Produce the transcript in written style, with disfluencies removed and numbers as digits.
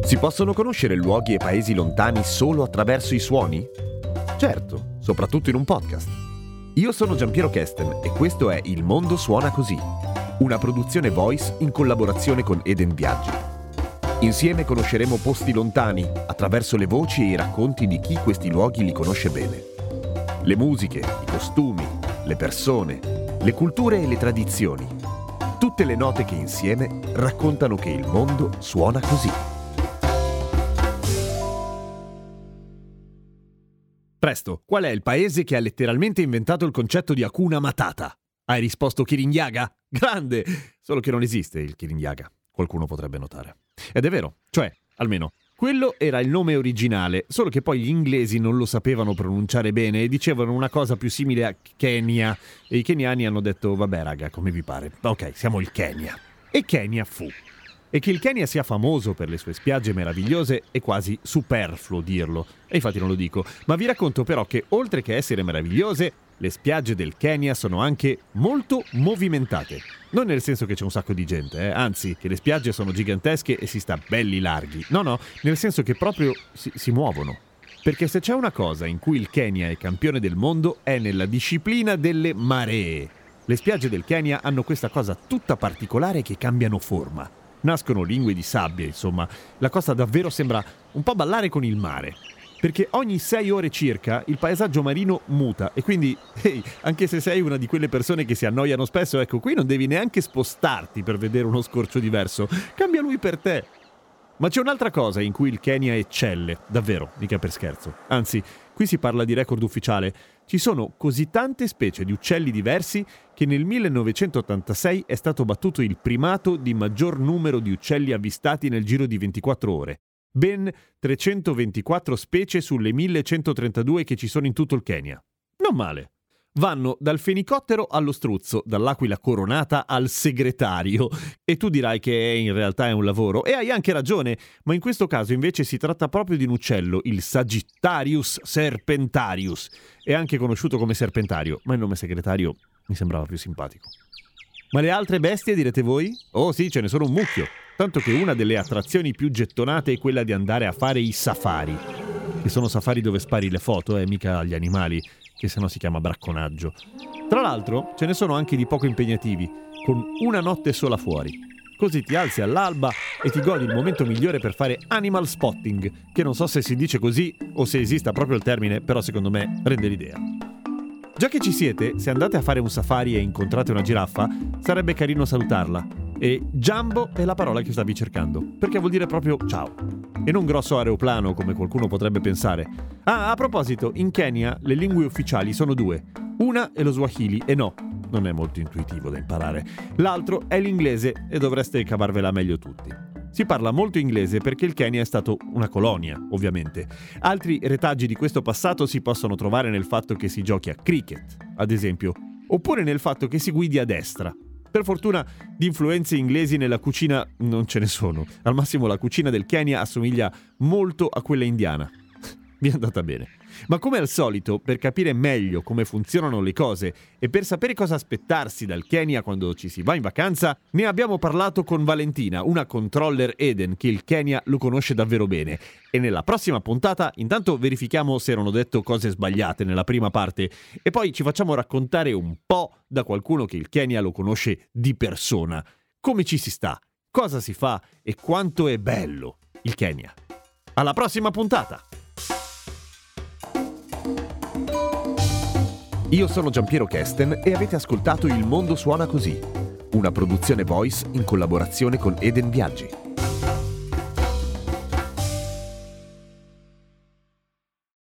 Si possono conoscere luoghi e paesi lontani solo attraverso i suoni? Certo, soprattutto in un podcast. Io sono Giampiero Kesten e questo è Il Mondo Suona Così, una produzione Voice in collaborazione con Eden Viaggi. Insieme conosceremo posti lontani attraverso le voci e i racconti di chi questi luoghi li conosce bene. Le musiche, i costumi, le persone, le culture e le tradizioni. Tutte le note che insieme raccontano che il mondo suona così. Presto, qual è il paese che ha letteralmente inventato il concetto di Hakuna Matata? Hai risposto Kirinyaga? Grande! Solo che non esiste il Kirinyaga, qualcuno potrebbe notare. Ed è vero, cioè, almeno, quello era il nome originale, solo che poi gli inglesi non lo sapevano pronunciare bene e dicevano una cosa più simile a Kenya. E i keniani hanno detto, vabbè raga, come vi pare, ok, siamo il Kenya. E Kenya fu. E che il Kenya sia famoso per le sue spiagge meravigliose è quasi superfluo dirlo, e infatti non lo dico, ma vi racconto però che oltre che essere meravigliose, le spiagge del Kenya sono anche molto movimentate. Non nel senso che c'è un sacco di gente, anzi, che le spiagge sono gigantesche e si sta belli larghi. No, nel senso che proprio si muovono. Perché se c'è una cosa in cui il Kenya è campione del mondo è nella disciplina delle maree. Le spiagge del Kenya hanno questa cosa tutta particolare che cambiano forma. Nascono lingue di sabbia, insomma, la costa davvero sembra un po' ballare con il mare. Perché ogni 6 ore circa il paesaggio marino muta e quindi, anche se sei una di quelle persone che si annoiano spesso, ecco, qui non devi neanche spostarti per vedere uno scorcio diverso, cambia lui per te. Ma c'è un'altra cosa in cui il Kenya eccelle, davvero, mica per scherzo. Anzi, qui si parla di record ufficiale. Ci sono così tante specie di uccelli diversi che nel 1986 è stato battuto il primato di maggior numero di uccelli avvistati nel giro di 24 ore. Ben 324 specie sulle 1132 che ci sono in tutto il Kenya. Non male. Vanno dal fenicottero allo struzzo, dall'aquila coronata al segretario. E tu dirai che in realtà è un lavoro, e hai anche ragione, ma in questo caso invece si tratta proprio di un uccello, il Sagittarius serpentarius. È anche conosciuto come serpentario, ma il nome segretario mi sembrava più simpatico. Ma le altre bestie, direte voi? Oh sì, ce ne sono un mucchio. Tanto che una delle attrazioni più gettonate è quella di andare a fare i safari. Che sono safari dove spari le foto, mica agli animali, che sennò si chiama bracconaggio. Tra l'altro, ce ne sono anche di poco impegnativi, con una notte sola fuori. Così ti alzi all'alba e ti godi il momento migliore per fare animal spotting, che non so se si dice così o se esista proprio il termine, però secondo me rende l'idea. Già che ci siete, se andate a fare un safari e incontrate una giraffa, sarebbe carino salutarla. E Jumbo è la parola che stavi cercando, perché vuol dire proprio ciao. E non grosso aeroplano come qualcuno potrebbe pensare. Ah, a proposito, in Kenya le lingue ufficiali sono 2. Una è lo Swahili e no, non è molto intuitivo da imparare. L'altro è l'inglese e dovreste cavarvela meglio tutti. Si parla molto inglese perché il Kenya è stato una colonia, ovviamente. Altri retaggi di questo passato si possono trovare nel fatto che si giochi a cricket, ad esempio, oppure nel fatto che si guidi a destra. Per fortuna di influenze inglesi nella cucina non ce ne sono. Al massimo la cucina del Kenya assomiglia molto a quella indiana. Mi è andata bene. Ma come al solito, per capire meglio come funzionano le cose e per sapere cosa aspettarsi dal Kenya quando ci si va in vacanza, ne abbiamo parlato con Valentina, una controller Eden che il Kenya lo conosce davvero bene. E nella prossima puntata intanto verifichiamo se erano detto cose sbagliate nella prima parte e poi ci facciamo raccontare un po' da qualcuno che il Kenya lo conosce di persona. Come ci si sta, cosa si fa e quanto è bello il Kenya. Alla prossima puntata! Io sono Giampiero Kesten e avete ascoltato Il Mondo Suona Così, una produzione Voice in collaborazione con Eden Viaggi.